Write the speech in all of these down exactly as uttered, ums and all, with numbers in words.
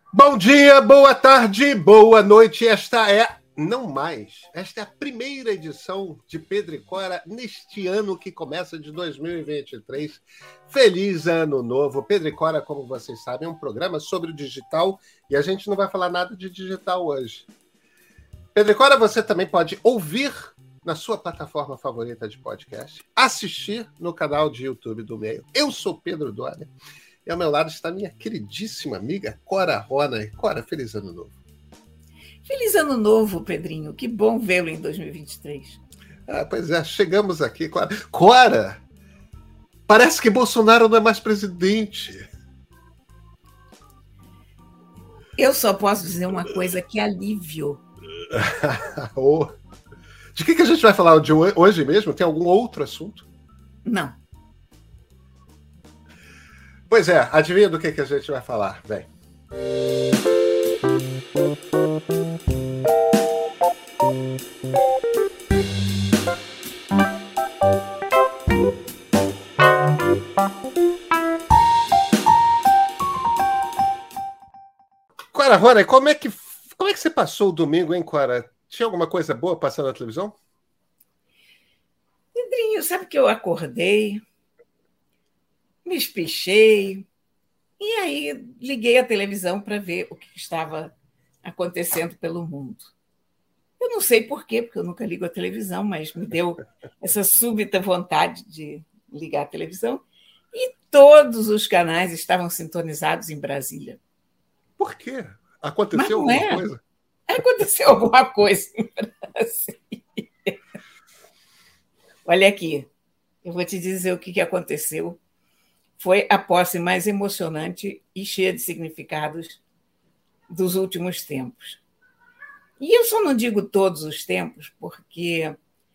Bom dia, boa tarde, boa noite. Esta é, não mais, esta é a primeira edição de Pedro e Cora neste ano que começa de dois mil e vinte e três. Feliz ano novo. Pedro e Cora, como vocês sabem, é um programa sobre o digital e a gente não vai falar nada de digital hoje. Pedro e Cora, você também pode ouvir na sua plataforma favorita de podcast, assistir no canal de YouTube do Meio. Eu sou Pedro Doria. E ao meu lado está minha queridíssima amiga Cora Rona. Cora, feliz ano novo. Feliz ano novo, Pedrinho. Que bom vê-lo em dois mil e vinte e três. Ah, pois é, chegamos aqui. Cora, Cora, parece que Bolsonaro não é mais presidente. Eu só posso dizer uma coisa, que alívio. Oh. De que, que a gente vai falar de hoje mesmo? Tem algum outro assunto? Não. Pois é, adivinha do que, que a gente vai falar, vem. Cora Rona, como é que como é que você passou o domingo, hein, Cora? Tinha alguma coisa boa passando na televisão? Pedrinho, sabe que eu acordei, me espichei, e aí liguei a televisão para ver o que estava acontecendo pelo mundo. Eu não sei por quê, porque eu nunca ligo a televisão, mas me deu essa súbita vontade de ligar a televisão, e todos os canais estavam sintonizados em Brasília. Por quê? Aconteceu alguma é. coisa? Aconteceu alguma coisa em Brasília. Olha aqui, eu vou te dizer o que aconteceu. Foi a posse mais emocionante e cheia de significados dos últimos tempos. E eu só não digo todos os tempos, porque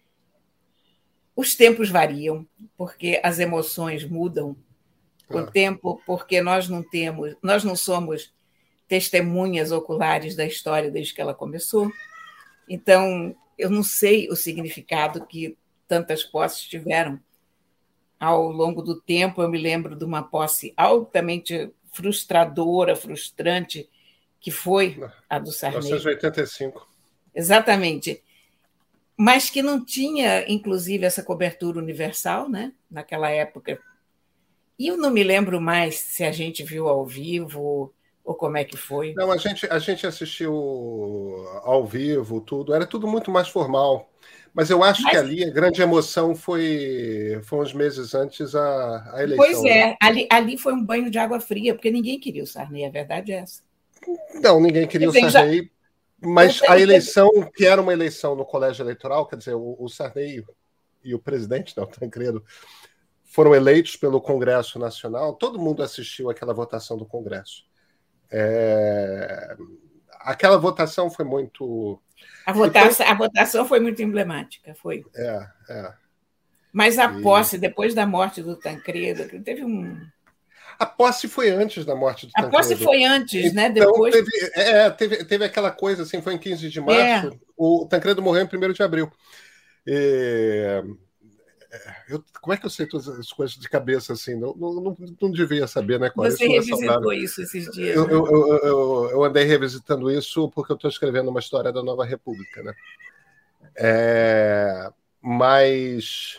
os tempos variam, porque as emoções mudam com o tempo, porque nós não temos, nós não somos testemunhas oculares da história desde que ela começou. Então, eu não sei o significado que tantas posses tiveram ao longo do tempo. Eu me lembro de uma posse altamente frustradora, frustrante, que foi a do Sarney. mil novecentos e oitenta e cinco. Exatamente. Mas que não tinha, inclusive, essa cobertura universal, né? Naquela época. E eu não me lembro mais se a gente viu ao vivo ou como é que foi. Não, a gente, a gente assistiu ao vivo, tudo. Era tudo muito mais formal. Mas eu acho Mas... que ali a grande emoção foi, foi uns meses antes a, a eleição. Pois é, ali, ali foi um banho de água fria, porque ninguém queria o Sarney, a verdade é essa. Não, ninguém queria o Sarney, já... mas a eleição, que era uma eleição no colégio eleitoral, quer dizer, o, o Sarney e o presidente, não, o Tancredo, foram eleitos pelo Congresso Nacional, todo mundo assistiu àquela votação do Congresso. É... Aquela votação foi muito... A votação, foi... a votação foi muito emblemática, foi. É, é. Mas a posse, e... depois da morte do Tancredo, teve um... A posse foi antes da morte do a Tancredo. A posse foi antes, então, né? Depois... Teve, é, teve, teve aquela coisa, assim, foi em quinze de março, é. O Tancredo morreu em primeiro de abril. E... Eu, como é que eu sei todas as coisas de cabeça assim? Não, não, não, não devia saber, né, Cora? Você revisitou isso esses dias. Eu, né? eu, eu, eu, eu andei revisitando isso porque eu estou escrevendo uma história da Nova República, né? É, mas,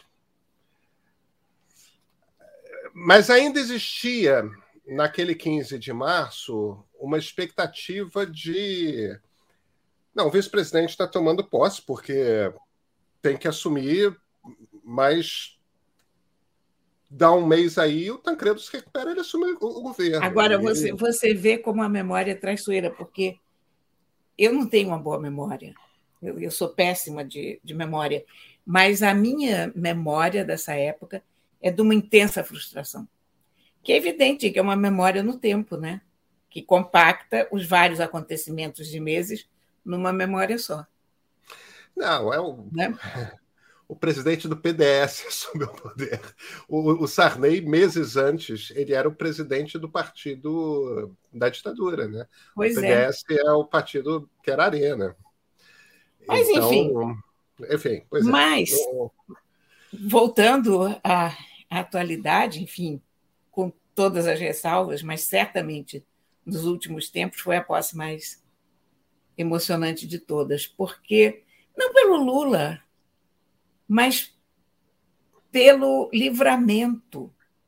mas ainda existia, naquele quinze de março, uma expectativa de... Não, o vice-presidente está tomando posse porque tem que assumir, mas dá um mês aí, o Tancredo se recupera e ele assume o, o governo. Agora, você, ele... você vê como a memória é traiçoeira, porque eu não tenho uma boa memória. Eu, eu sou péssima de, de memória. Mas a minha memória dessa época é de uma intensa frustração. Que é evidente que é uma memória no tempo, né? Que compacta os vários acontecimentos de meses numa memória só. Não, é o... Né? O presidente do P D S assumiu o poder. O, o Sarney, meses antes, ele era o presidente do partido da ditadura, né? Pois o P D S é. é o partido que era a Arena. Mas, então, enfim. Enfim, pois é. Mas, eu... voltando à, à atualidade, enfim, com todas as ressalvas, mas certamente nos últimos tempos, foi a posse mais emocionante de todas, porque não pelo Lula, mas pelo livramento,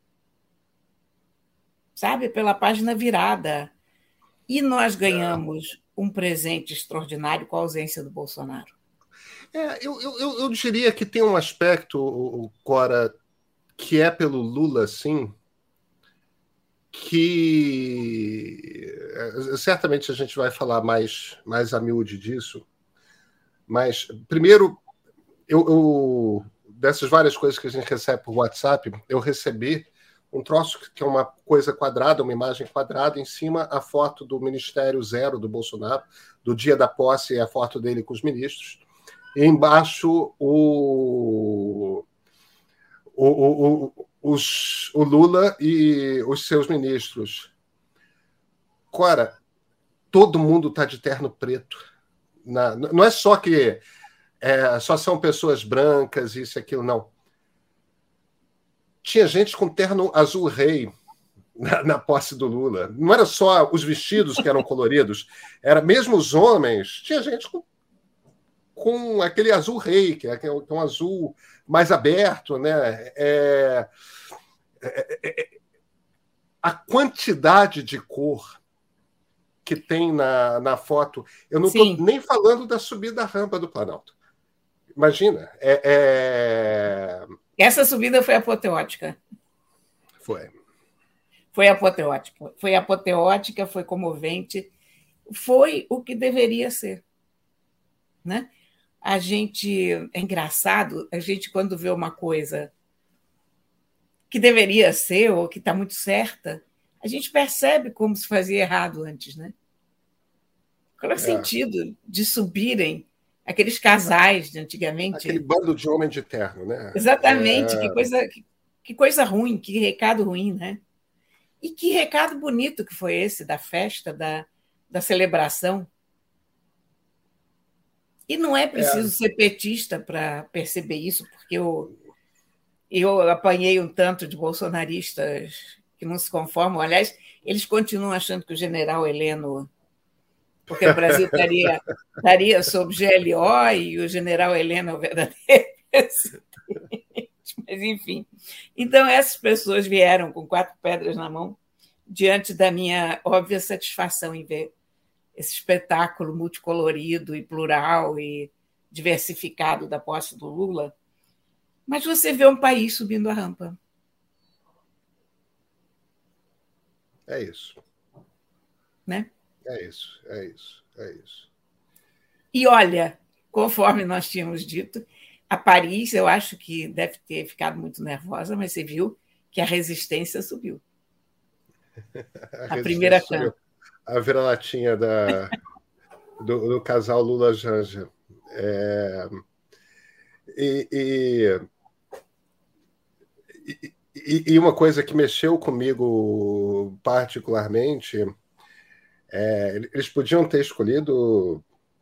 sabe? Pela página virada. E nós ganhamos um presente extraordinário com a ausência do Bolsonaro. É, eu, eu, eu diria que tem um aspecto, Cora, que é pelo Lula, sim, que certamente a gente vai falar mais, mais a miúde disso, mas, primeiro, eu, eu, dessas várias coisas que a gente recebe por WhatsApp, eu recebi um troço que é uma coisa quadrada, uma imagem quadrada, em cima a foto do Ministério Zero do Bolsonaro, do dia da posse, a foto dele com os ministros, e embaixo o, o, o, os, o Lula e os seus ministros. Cora, todo mundo está de terno preto. Na, não é só que é, só são pessoas brancas, isso e aquilo, não. Tinha gente com terno azul rei na, na posse do Lula. Não era só os vestidos que eram coloridos, era mesmo os homens. Tinha gente com, com aquele azul rei, que é, que é um azul mais aberto, né? É, é, é, a quantidade de cor que tem na, na foto. Eu não estou nem falando da subida da rampa do Planalto. Imagina. É, é... Essa subida foi apoteótica. Foi. Foi apoteótica. Foi apoteótica, foi comovente. Foi o que deveria ser. Né? A gente... É engraçado, a gente, quando vê uma coisa que deveria ser ou que está muito certa, a gente percebe como se fazia errado antes. Né? Qual é o é. sentido de subirem aqueles casais de antigamente? Aquele bando de homem de terno, né? Exatamente, é... que, coisa, que, que coisa ruim, que recado ruim, né? E que recado bonito que foi esse da festa, da, da celebração. E não é preciso é. ser petista para perceber isso, porque eu, eu apanhei um tanto de bolsonaristas que não se conformam. Aliás, eles continuam achando que o general Heleno... porque o Brasil estaria, estaria sob G L O e o general Heleno é o verdadeiro presidente. Mas, enfim. Então, essas pessoas vieram com quatro pedras na mão diante da minha óbvia satisfação em ver esse espetáculo multicolorido e plural e diversificado da posse do Lula. Mas você vê um país subindo a rampa. É isso. Né? É isso, é isso, é isso. E olha, conforme nós tínhamos dito, a Paris, eu acho que deve ter ficado muito nervosa, mas você viu que a resistência subiu. a, a primeira subiu. A vira-latinha da, do, do casal Lula-Janja. É, e, e, e, e uma coisa que mexeu comigo particularmente... É, eles podiam ter escolhido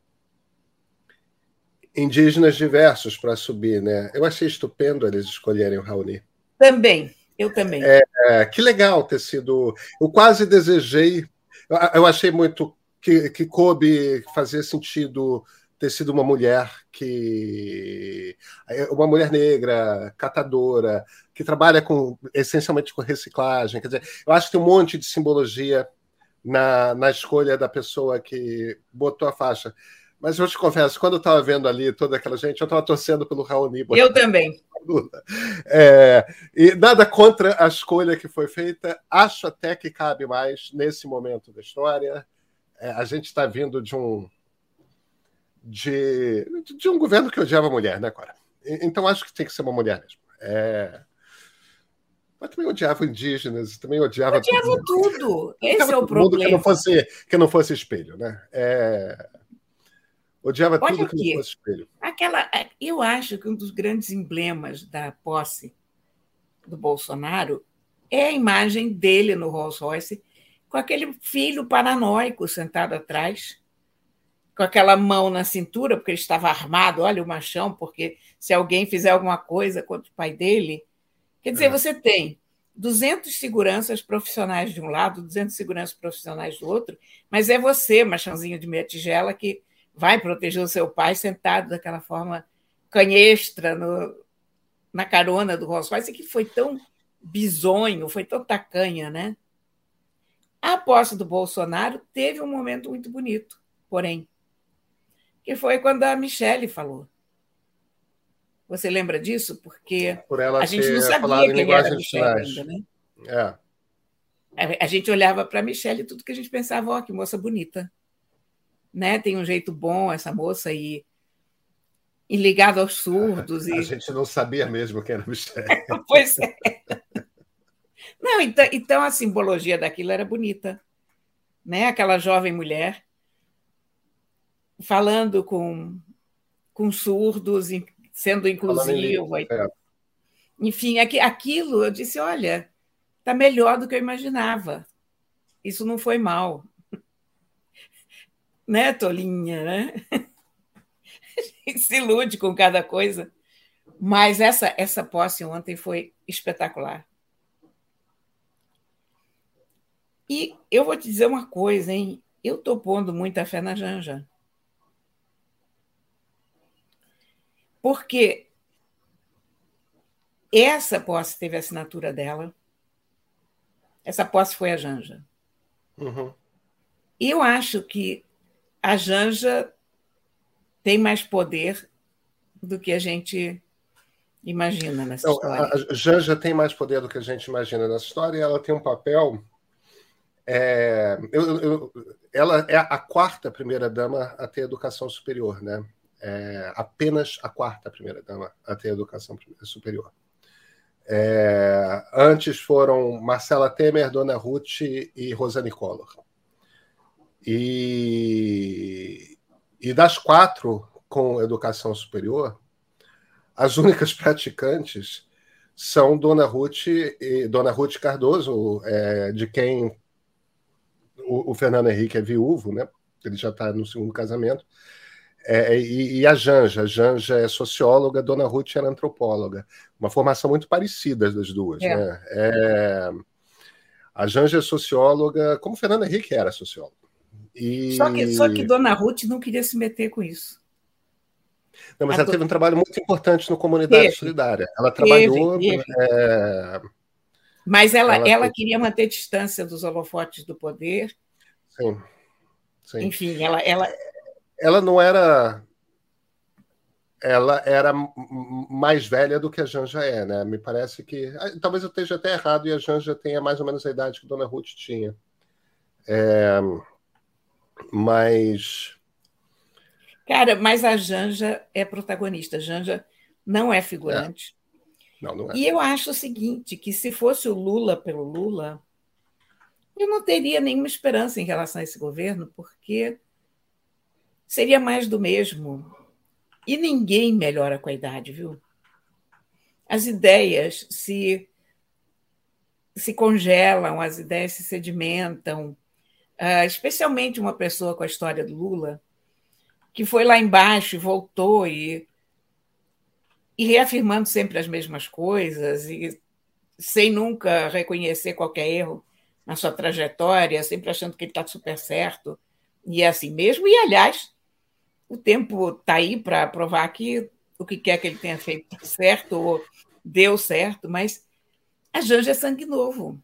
indígenas diversos para subir, né? Eu achei estupendo eles escolherem o Raoni. Também, eu também. É, é, que legal ter sido... Eu quase desejei... Eu, eu achei muito que, que coube, que fazia sentido ter sido uma mulher que... Uma mulher negra, catadora, que trabalha com, essencialmente com reciclagem. Quer dizer, eu acho que tem um monte de simbologia Na, na escolha da pessoa que botou a faixa. Mas eu te confesso, quando eu estava vendo ali toda aquela gente, eu estava torcendo pelo Raoni. Eu também. É, e nada contra a escolha que foi feita. Acho até que cabe mais nesse momento da história. É, a gente está vindo de um de, de um governo que odiava a mulher, né, Cora? Então acho que tem que ser uma mulher mesmo. É... Mas também odiava indígenas, também odiava, odiava tudo. tudo. Esse odiava é o problema. Que não fosse, que não fosse espelho, né? É... Odiava Olha tudo aqui, que não fosse espelho. Aquela, eu acho que um dos grandes emblemas da posse do Bolsonaro é a imagem dele no Rolls Royce, com aquele filho paranoico sentado atrás, com aquela mão na cintura, porque ele estava armado, olha o machão, porque se alguém fizer alguma coisa contra o pai dele... Quer dizer, é. você tem duzentos seguranças profissionais de um lado, duzentos seguranças profissionais do outro, mas é você, machãozinho de meia tigela, que vai proteger o seu pai sentado daquela forma canhestra no, na carona do Rolls Royce, que foi tão bizonho, foi tão tacanha, né? A posse do Bolsonaro teve um momento muito bonito, porém, que foi quando a Michelle falou. Você lembra disso? Porque Por ela a gente não ter sabia falado em quem era a linguagem de Michelle sinais. ainda, né? É. A gente olhava para a Michelle e tudo que a gente pensava, ó, oh, que moça bonita. Né? Tem um jeito bom essa moça e, e ligada aos surdos. A e... gente não sabia mesmo quem era a Michelle. Pois é. Não, então, então a simbologia daquilo era bonita. Né? Aquela jovem mulher falando com, com surdos, sendo inclusiva. Em... É. Enfim, aquilo eu disse, olha, está melhor do que eu imaginava. Isso não foi mal. Né, tolinha, né? Se ilude com cada coisa. Mas essa, essa posse ontem foi espetacular. E eu vou te dizer uma coisa, hein? Eu estou pondo muita fé na Janja. Porque essa posse teve a assinatura dela. Essa posse foi a Janja. Uhum. Eu acho que a Janja tem mais poder do que a gente imagina nessa Não, história. A Janja tem mais poder do que a gente imagina nessa história e ela tem um papel... É, eu, eu, ela é a quarta primeira-dama a ter educação superior, né? É, apenas a quarta primeira-dama a ter educação superior. É, antes foram Marcela Temer, Dona Ruth e Rosane Collor. E, e das quatro com educação superior, as únicas praticantes são Dona Ruth e Dona Ruth Cardoso, é, de quem o, o Fernando Henrique é viúvo, né? Ele já está no segundo casamento. É, e, e a Janja, a Janja é socióloga, Dona Ruth era antropóloga. Uma formação muito parecida das duas, é. né? É, a Janja é socióloga, como o Fernando Henrique era sociólogo. E... Só, que, só que Dona Ruth não queria se meter com isso. Não, mas a ela do... teve um trabalho muito importante no Comunidade teve, Solidária. Ela teve, trabalhou... Teve. É... Mas ela, ela, ela queria manter distância dos holofotes do poder. Sim, sim. Enfim, ela... ela... ela não era... Ela era mais velha do que a Janja é, né? Me parece que... Talvez eu esteja até errado e a Janja tenha mais ou menos a idade que Dona Ruth tinha. É... Mas... Cara, mas a Janja é protagonista. A Janja não é figurante. É. Não, não é. E eu acho o seguinte, que se fosse o Lula pelo Lula, eu não teria nenhuma esperança em relação a esse governo, porque seria mais do mesmo. E ninguém melhora com a idade, viu? As ideias se, se congelam, as ideias se sedimentam, uh, especialmente uma pessoa com a história do Lula, que foi lá embaixo e voltou e, e reafirmando sempre as mesmas coisas e sem nunca reconhecer qualquer erro na sua trajetória, sempre achando que ele está super certo, e é assim mesmo. E, aliás, o tempo está aí para provar que o que quer que ele tenha feito está certo ou deu certo, mas a Janja é sangue novo.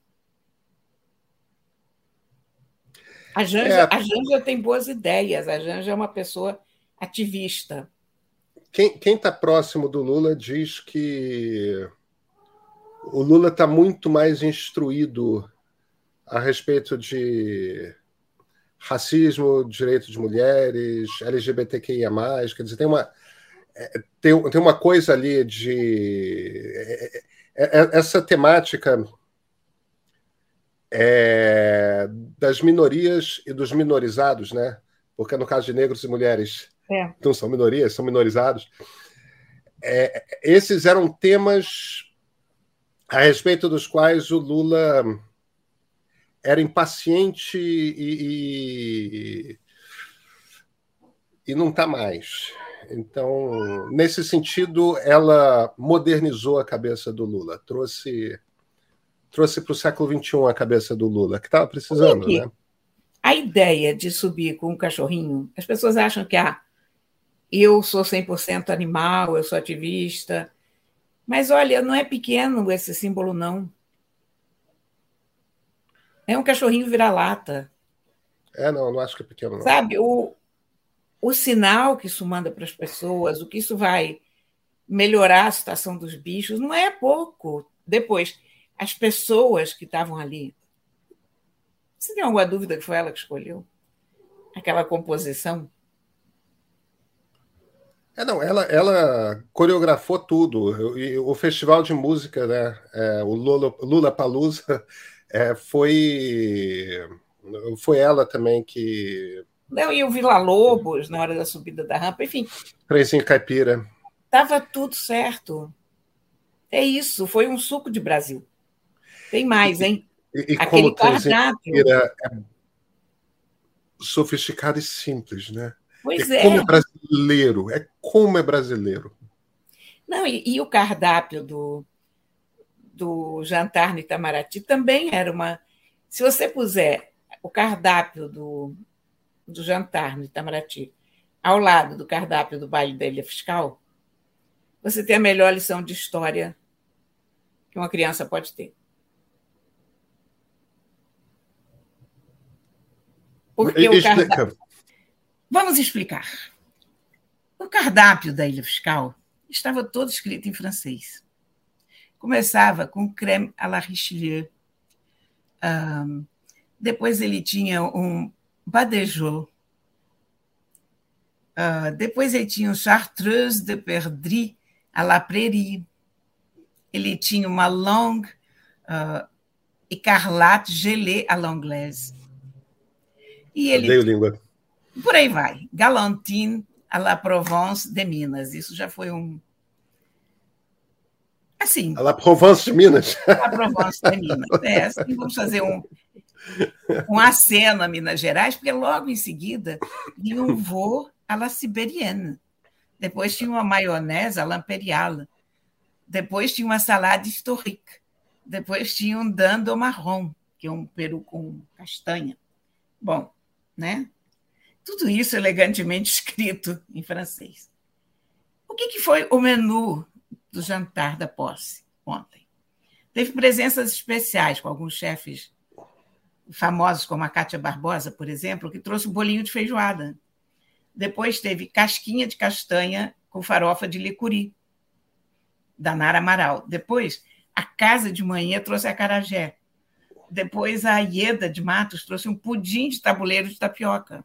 A Janja, é. a Janja tem boas ideias, a Janja é uma pessoa ativista. Quem está próximo do Lula diz que o Lula está muito mais instruído a respeito de racismo, direito de mulheres, L G B T Q I A mais, quer dizer, tem uma, tem, tem uma coisa ali de... Essa temática é, das minorias e dos minorizados, né? Porque no caso de negros e mulheres é. não são minorias, são minorizados. É, esses eram temas a respeito dos quais o Lula era impaciente e, e, e não está mais. Então, nesse sentido, ela modernizou a cabeça do Lula, trouxe trouxe para o século vinte e um a cabeça do Lula, que estava precisando, Porque né? a ideia de subir com um cachorrinho, as pessoas acham que ah, eu sou cem por cento animal, eu sou ativista, mas olha, não é pequeno esse símbolo, não. É um cachorrinho vira-lata. É, não, não acho que é pequeno, não. Sabe, o, o sinal que isso manda para as pessoas, o que isso vai melhorar a situação dos bichos, não é pouco. Depois, as pessoas que estavam ali, você tem alguma dúvida que foi ela que escolheu? Aquela composição? É, não, ela, ela coreografou tudo. E o festival de música, né? É, o Lula, Lula Palusa, é, foi, foi ela também que. Não, e o Vila Lobos, na hora da subida da rampa, enfim, Trenzinho Caipira. estava tudo certo. É isso, foi um suco de Brasil. Tem mais, hein? E, e como Aquele o Trenzinho cardápio. Caipira é sofisticado e simples, né? É Pois como é é. brasileiro, é como é brasileiro. Não, e, e o cardápio do, do jantar no Itamaraty também era uma. Se você puser o cardápio do, do jantar no Itamaraty ao lado do cardápio do baile da Ilha Fiscal, você tem a melhor lição de história que uma criança pode ter. Porque o Explica. cardápio. Vamos explicar. O cardápio da Ilha Fiscal estava todo escrito em francês. Começava com crème à la Richelieu. Um, depois ele tinha um badejot. Uh, depois ele tinha um chartreuse de perdrix à la prairie. Ele tinha uma longue uh, écarlate gelée à l'anglaise. E ele Odeio língua. Por aí vai. Galantine à la Provence de Minas. Isso já foi um... Assim... A la Provence de Minas. A la Provence de Minas. É, assim, vamos fazer um, um aceno a Minas Gerais, porque logo em seguida tinha um veau à la sibérienne. Depois tinha uma maionese à l'impériale. Depois tinha uma salada historique. Depois tinha um dinde au marron, que é um peru com castanha. Bom, né? Tudo isso elegantemente escrito em francês. O que, que foi o menu do jantar da posse ontem? Teve presenças especiais com alguns chefes famosos, como a Cátia Barbosa, por exemplo, que trouxe um bolinho de feijoada. Depois teve casquinha de castanha com farofa de licuri, da Nara Amaral. Depois, a Casa de Manhã trouxe acarajé. Depois, a Ieda de Matos trouxe um pudim de tabuleiro de tapioca.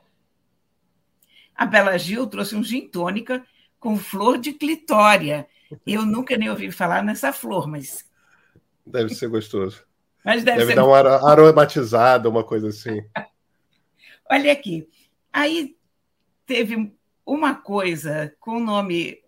A Bela Gil trouxe um gin tônica com flor de clitória. Eu nunca nem ouvi falar nessa flor, mas... Deve ser gostoso. Mas deve, deve ser... dar um aromatizado, uma coisa assim. Olha aqui. Aí teve uma coisa com o nome...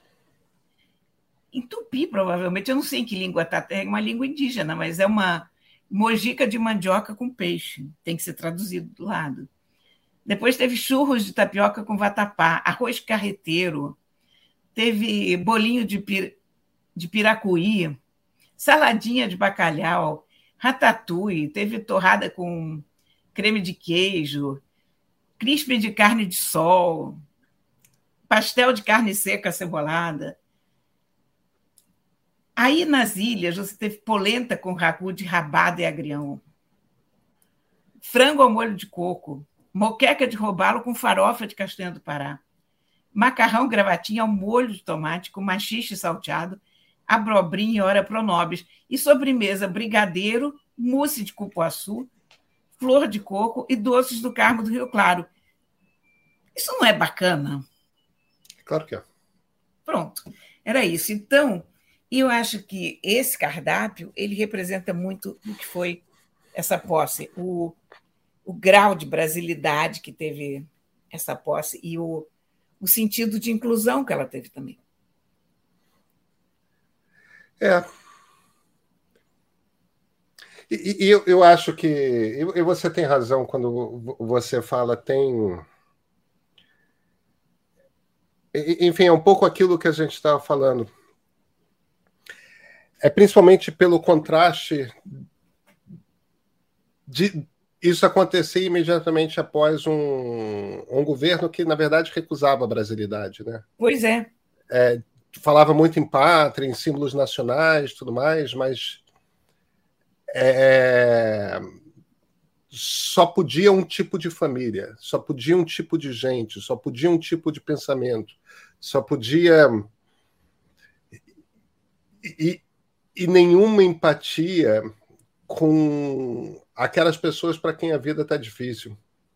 em tupi, provavelmente. Eu não sei em que língua está. É uma língua indígena, mas é uma mojica de mandioca com peixe. Tem que ser traduzido do lado. Depois teve churros de tapioca com vatapá, arroz carreteiro, teve bolinho de, pir... de piracuí, saladinha de bacalhau, ratatouille, teve torrada com creme de queijo, crispe de carne de sol, pastel de carne seca acebolada. Aí, nas ilhas, você teve polenta com ragu de rabada e agrião, frango ao molho de coco, moqueca de robalo com farofa de castanha do Pará, macarrão gravatinha ao molho de tomate com machixe salteado, abrobrinha e ora pronobis, e sobremesa brigadeiro, mousse de cupuaçu, flor de coco e doces do Carmo do Rio Claro. Isso não é bacana? Claro que é. Pronto, era isso. Então, eu acho que esse cardápio ele representa muito o que foi essa posse, o o grau de brasilidade que teve essa posse e o, o sentido de inclusão que ela teve também. É. E, e eu, eu acho que... E, e você tem razão quando você fala tem... E, enfim, é um pouco aquilo que a gente estava falando. é principalmente pelo contraste de isso acontecer imediatamente após um, um governo que, na verdade, recusava a brasilidade, né? Pois é. É, falava muito em pátria, em símbolos nacionais, tudo mais, mas é, só podia um tipo de família, só podia um tipo de gente, só podia um tipo de pensamento, só podia e, e nenhuma empatia com aquelas pessoas para quem a vida está difícil.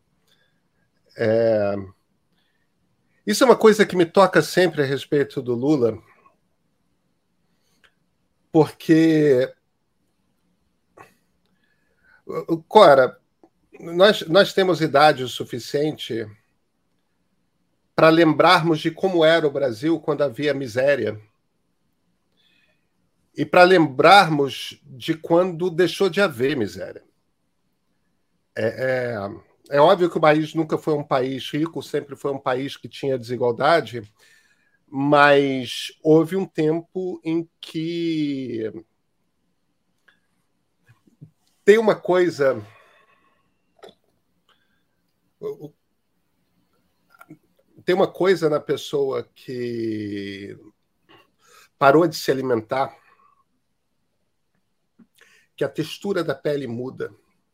É... Isso é uma coisa que me toca sempre a respeito do Lula, porque, Cora, nós, nós temos idade o suficiente para lembrarmos de como era o Brasil quando havia miséria e para lembrarmos de quando deixou de haver miséria. É, é, é óbvio que o país nunca foi um país rico, sempre foi um país que tinha desigualdade, mas houve um tempo em que tem uma coisa. Tem uma coisa na pessoa que parou de se alimentar, que a textura da pele muda,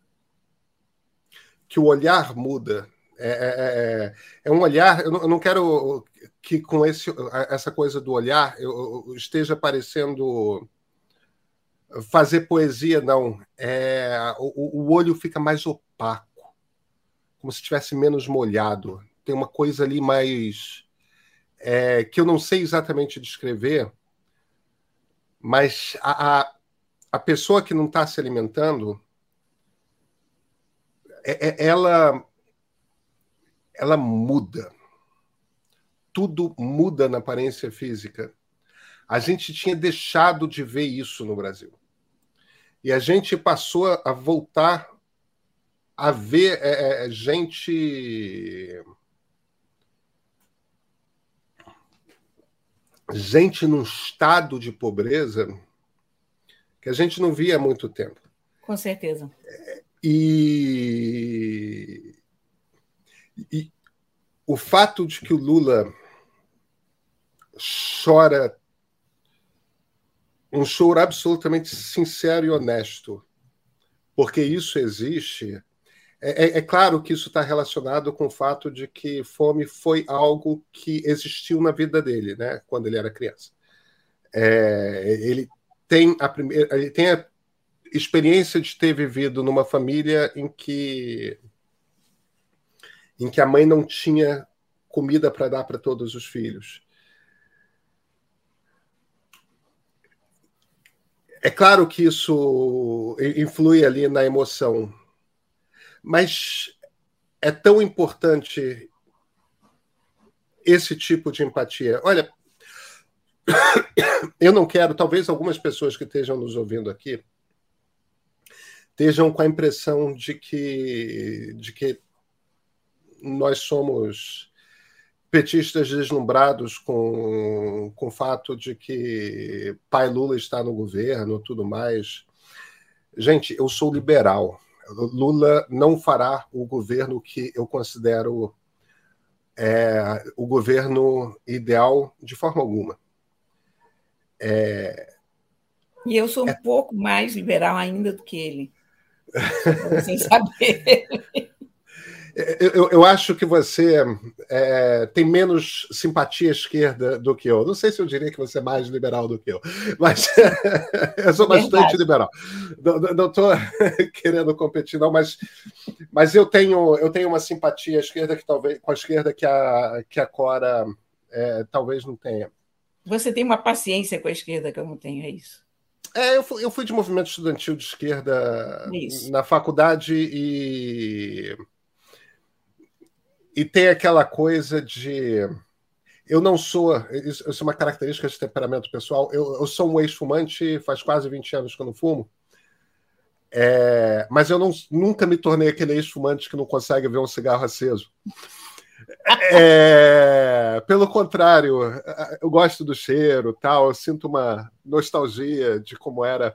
que o olhar muda. É, é, é, é um olhar. Eu não, eu não quero que com esse, essa coisa do olhar eu, eu esteja parecendo fazer poesia, não. É, o, o olho fica mais opaco, como se estivesse menos molhado. Tem uma coisa ali mais é, que eu não sei exatamente descrever, mas a, a, a pessoa que não está se alimentando, é, é, ela, ela muda. Tudo muda na aparência física. A gente tinha deixado de ver isso no Brasil. E a gente passou a voltar a ver é, é, gente... gente num estado de pobreza que a gente não via há muito tempo. Com certeza. E, e o fato de que o Lula chora um choro absolutamente sincero e honesto, porque isso existe, é, é, é claro que isso está relacionado com o fato de que fome foi algo que existiu na vida dele, né, quando ele era criança. É, ele tem a primeira, ele tem a experiência de ter vivido numa família em que em que a mãe não tinha comida para dar para todos os filhos. É claro que isso influi ali na emoção, mas é tão importante esse tipo de empatia. Olha, eu não quero, talvez algumas pessoas que estejam nos ouvindo aqui estejam com a impressão de que, de que nós somos petistas deslumbrados com, com o fato de que pai Lula está no governo e tudo mais. Gente, eu sou liberal. Lula não fará o governo que eu considero é, o governo ideal de forma alguma. É, e eu sou um é... pouco mais liberal ainda do que ele, sem saber. Eu, eu acho que você é, tem menos simpatia à esquerda do que eu. Não sei se eu diria que você é mais liberal do que eu, mas eu sou bastante Verdade. liberal. Não estou querendo competir, não, mas, mas eu, tenho, eu tenho uma simpatia à esquerda que talvez, com a esquerda que a, que a Cora é, talvez não tenha. Você tem uma paciência com a esquerda que eu não tenho, é isso? É, eu fui, eu fui de movimento estudantil de esquerda isso. na faculdade e... E tem aquela coisa de... Eu não sou... Isso, isso é uma característica de temperamento pessoal. Eu, eu sou um ex-fumante, faz quase vinte anos que eu não fumo. É, mas eu não, nunca me tornei aquele ex-fumante que não consegue ver um cigarro aceso. É, pelo contrário, eu gosto do cheiro, tal, eu sinto uma nostalgia de como era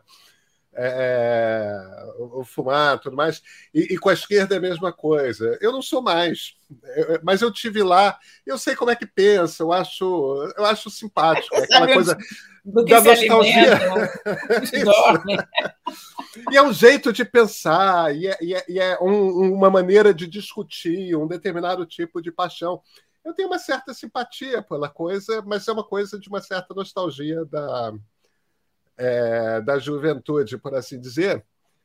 é, o fumar, tudo mais. E, e com a esquerda é a mesma coisa. Eu não sou mais, eu, mas eu tive lá. Eu sei como é que pensa. Eu acho, eu acho simpático. É aquela coisa da nostalgia. E é um jeito de pensar, e é, e é, e é um, uma maneira de discutir um determinado tipo de paixão. Eu tenho uma certa simpatia pela coisa, mas é uma coisa de uma certa nostalgia da, é, da juventude, por assim dizer.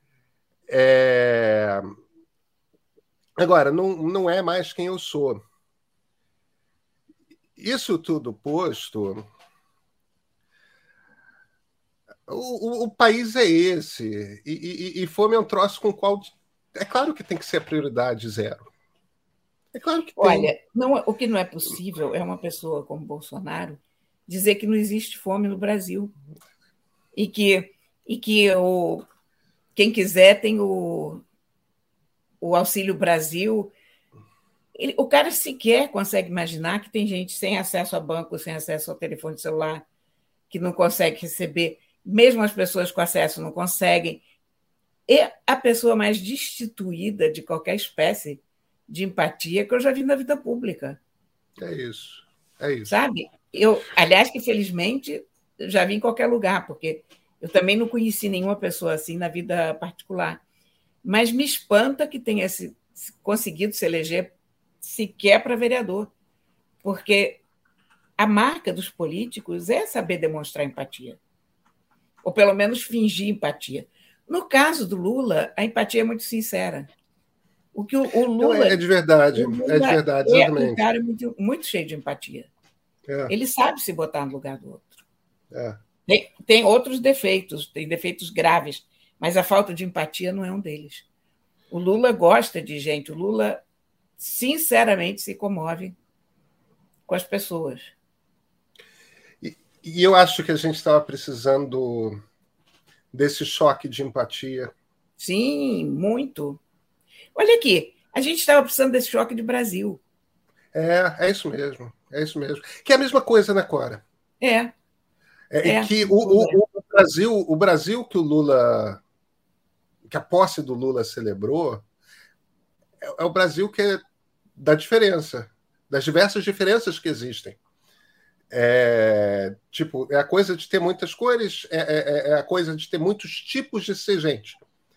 É... Agora, não, não é mais quem eu sou. Isso tudo posto, o, o, o país é esse, e, e, e fome é um troço com o qual é claro que tem que ser a prioridade zero. É claro que tem. Olha, não, o que não é possível é uma pessoa como Bolsonaro dizer que não existe fome no Brasil e que, e que o, quem quiser tem o, o Auxílio Brasil. Ele, o cara sequer consegue imaginar que tem gente sem acesso a banco, sem acesso ao telefone celular, que não consegue receber, mesmo as pessoas com acesso não conseguem. E a pessoa mais destituída de qualquer espécie de empatia que eu já vi na vida pública. É isso, é isso. Sabe? Eu, aliás, que felizmente já vi em qualquer lugar, porque eu também não conheci nenhuma pessoa assim na vida particular. Mas me espanta que tenha se, conseguido se eleger sequer para vereador, porque a marca dos políticos é saber demonstrar empatia, ou pelo menos fingir empatia. No caso do Lula, a empatia é muito sincera. O que o, o Lula, Não, é de verdade, Lula é de verdade, exatamente. É um cara muito, muito cheio de empatia. É. Ele sabe se botar no lugar do outro. É. Tem, tem outros defeitos, tem defeitos graves, mas a falta de empatia não é um deles. O Lula gosta de gente, o Lula, sinceramente, se comove com as pessoas. E, e eu acho que a gente estava precisando desse choque de empatia. Sim, muito. Olha aqui, a gente estava precisando desse choque de Brasil. É, é isso mesmo, é isso mesmo. Que é a mesma coisa, né, Cora? É. É, é que o, o, o, Brasil, o Brasil que o Lula, que a posse do Lula celebrou, é, é o Brasil que é da diferença, das diversas diferenças que existem. É, tipo, é a coisa de ter muitas cores, é, é, é a coisa de ter muitos tipos de ser gente.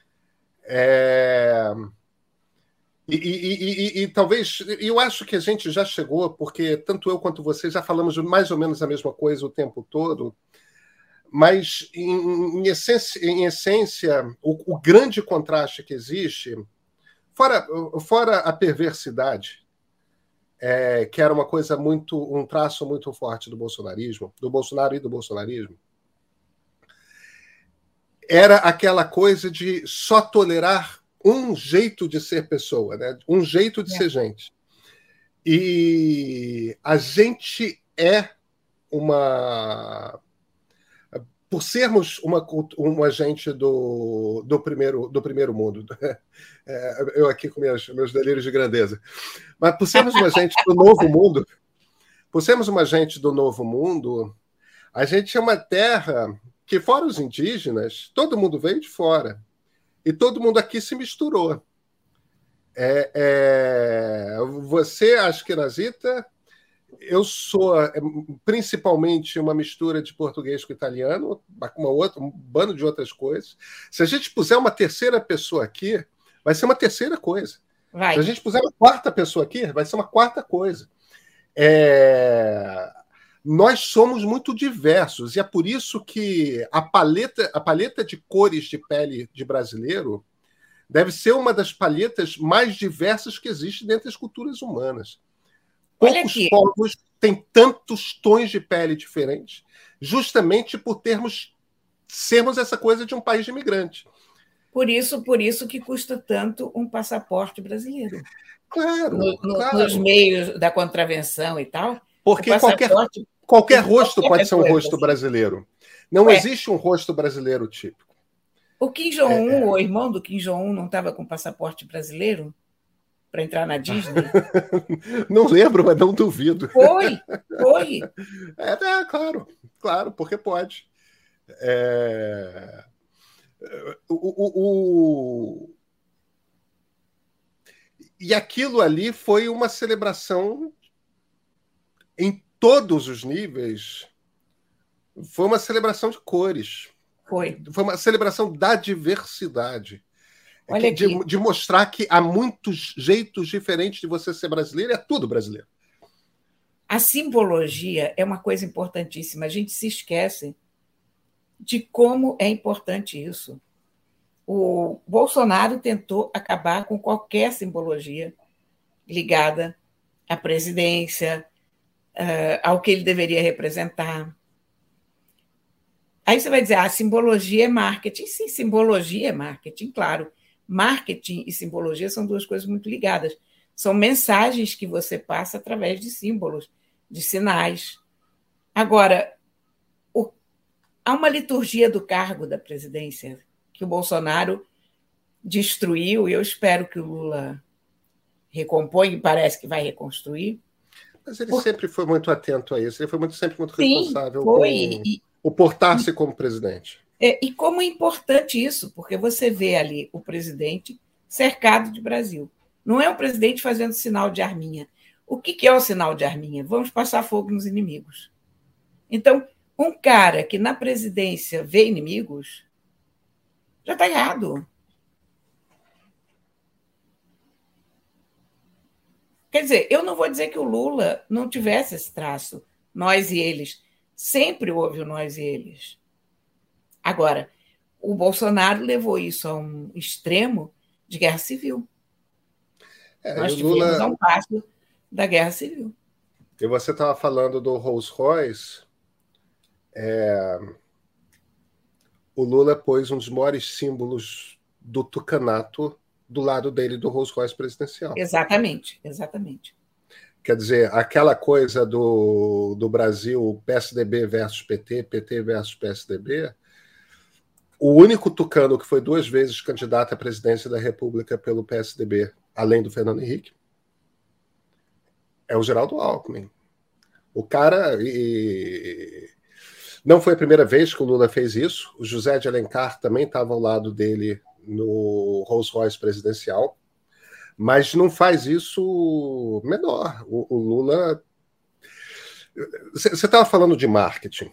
É... E, e, e, e, e talvez, eu acho que a gente já chegou, porque tanto eu quanto você já falamos mais ou menos a mesma coisa o tempo todo, mas em, em essência, em essência o, o grande contraste que existe, fora, fora a perversidade, é, que era uma coisa muito, um traço muito forte do bolsonarismo, do Bolsonaro e do bolsonarismo, era aquela coisa de só tolerar um jeito de ser pessoa, né? Um jeito de é. ser gente. E a gente é uma... Por sermos uma, uma gente do, do, primeiro, do primeiro mundo, é, eu aqui com minhas, meus delírios de grandeza, mas por sermos uma gente do novo mundo, por sermos uma gente do novo mundo, a gente é uma terra que, fora os indígenas, todo mundo veio de fora. E todo mundo aqui se misturou. É, é, você, askenazita, eu sou principalmente uma mistura de português com italiano, uma outra, um bando de outras coisas. Se a gente puser uma terceira pessoa aqui, vai ser uma terceira coisa. Vai. Se a gente puser uma quarta pessoa aqui, vai ser uma quarta coisa. É... Nós somos muito diversos, e é por isso que a paleta, a paleta de cores de pele de brasileiro deve ser uma das paletas mais diversas que existe dentro das culturas humanas. Poucos povos têm tantos tons de pele diferentes, justamente por termos sermos essa coisa de um país de imigrante. Por isso, por isso que custa tanto um passaporte brasileiro. Claro, no, no, claro. Nos meios da contravenção e tal. Porque qualquer, qualquer rosto qualquer pode ser um rosto assim. brasileiro. Não Ué. existe um rosto brasileiro típico. O Kim Jong-un, é, é. o irmão do Kim Jong-un, não estava com passaporte brasileiro? para entrar na Disney? Não lembro, mas não duvido. Foi, foi. É, é claro, claro, porque pode. É... O, o, o... E aquilo ali foi uma celebração em todos os níveis. Foi uma celebração de cores. Foi. Foi uma celebração da diversidade. Olha de, aqui. de mostrar que há muitos jeitos diferentes de você ser brasileiro, é tudo brasileiro. A simbologia é uma coisa importantíssima. A gente se esquece de como é importante isso. O Bolsonaro tentou acabar com qualquer simbologia ligada à presidência, ao que ele deveria representar. Aí você vai dizer, ah, simbologia é marketing. Sim, simbologia é marketing, claro. Marketing e simbologia são duas coisas muito ligadas. São mensagens que você passa através de símbolos, de sinais. Agora, o... há uma liturgia do cargo da presidência que o Bolsonaro destruiu, e eu espero que o Lula recompõe, e parece que vai reconstruir. Mas ele Por... sempre foi muito atento a isso, ele foi muito, sempre muito Sim, responsável foi. com E... o portar-se como presidente. É, e como é importante isso, porque você vê ali o presidente cercado de Brasil. Não é o presidente fazendo sinal de arminha. O que é o sinal de arminha? Vamos passar fogo nos inimigos. Então, um cara que na presidência vê inimigos já está errado. Quer dizer, eu não vou dizer que o Lula não tivesse esse traço, nós e eles. Sempre houve o nós e eles. Agora, o Bolsonaro levou isso a um extremo de guerra civil. É, Nós Lula... tivemos a um passo da guerra civil. E você estava falando do Rolls Royce. É... O Lula pôs um dos maiores símbolos do tucanato do lado dele do Rolls Royce presidencial. Exatamente, exatamente. Quer dizer, aquela coisa do, do Brasil, P S D B versus P T, P T versus P S D B, o único tucano que foi duas vezes candidato à presidência da República pelo P S D B, além do Fernando Henrique, é o Geraldo Alckmin. O cara... E... Não foi a primeira vez que o Lula fez isso. O José de Alencar também estava ao lado dele no Rolls Royce presidencial. Mas não faz isso menor. O, o Lula... Você estava falando de marketing.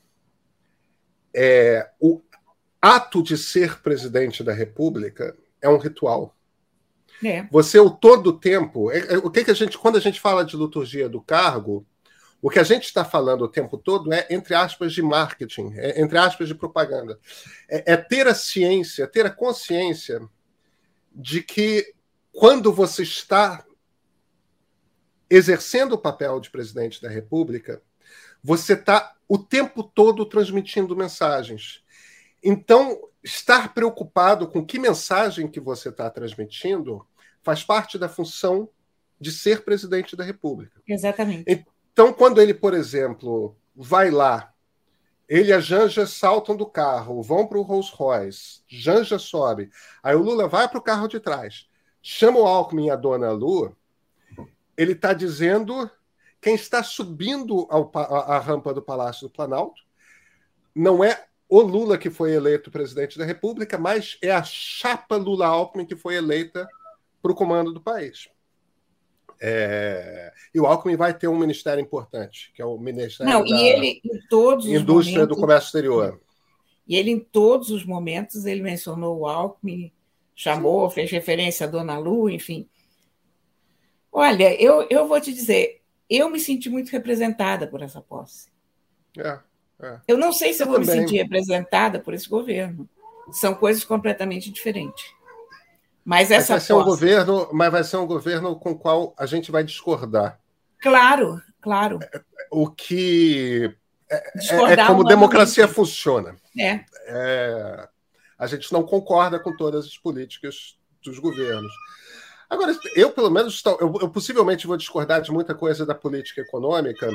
É, o ato de ser presidente da República é um ritual. É. Você, o todo o tempo... É, é, o que, que a gente... Quando a gente fala de liturgia do cargo... O que a gente está falando o tempo todo é, entre aspas, de marketing, é, entre aspas, de propaganda. É, é ter a ciência, ter a consciência de que quando você está exercendo o papel de presidente da República, você está o tempo todo transmitindo mensagens. Então, estar preocupado com que mensagem que você está transmitindo faz parte da função de ser presidente da República. Exatamente. Então, quando ele, por exemplo, vai lá, ele e a Janja saltam do carro, vão para o Rolls Royce, Janja sobe, aí o Lula vai para o carro de trás, chama o Alckmin e a dona Lu, ele está dizendo quem está subindo ao, a, a rampa do Palácio do Planalto não é o Lula que foi eleito presidente da República, mas é a chapa Lula-Alckmin que foi eleita para o comando do país. É... E o Alckmin vai ter um ministério importante, que é o Ministério Não, da e ele, em todos os Indústria momentos, do Comércio Exterior. E ele, em todos os momentos, ele mencionou o Alckmin, chamou, Sim. fez referência a Dona Lu, enfim. Olha, eu, eu vou te dizer, eu me senti muito representada por essa posse. É, é. Eu não sei se eu, eu vou também. me sentir representada por esse governo. São coisas completamente diferentes. Mas essa mas vai ser posse... um governo, mas vai ser um governo com o qual a gente vai discordar. Claro, claro. O que é, é como democracia funciona. É. É, a gente não concorda com todas as políticas dos governos. Agora, eu, pelo menos, eu, eu possivelmente vou discordar de muita coisa da política econômica.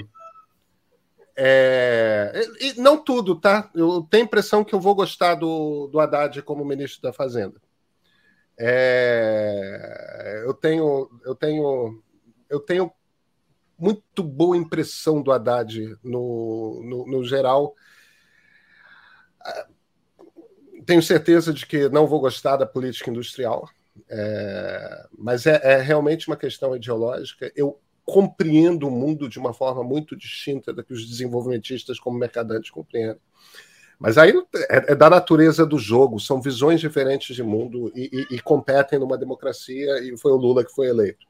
É, e não tudo, tá? Eu tenho a impressão que eu vou gostar do, do Haddad como ministro da Fazenda. É, eu tenho, eu tenho, eu tenho muito boa impressão do Haddad no, no, no geral. Tenho certeza de que não vou gostar da política industrial, é, mas é, é realmente uma questão ideológica. Eu compreendo o mundo de uma forma muito distinta da que os desenvolvimentistas como mercadantes compreendem. Mas aí é, é da natureza do jogo, são visões diferentes de mundo e, e, e competem numa democracia, e foi o Lula que foi eleito.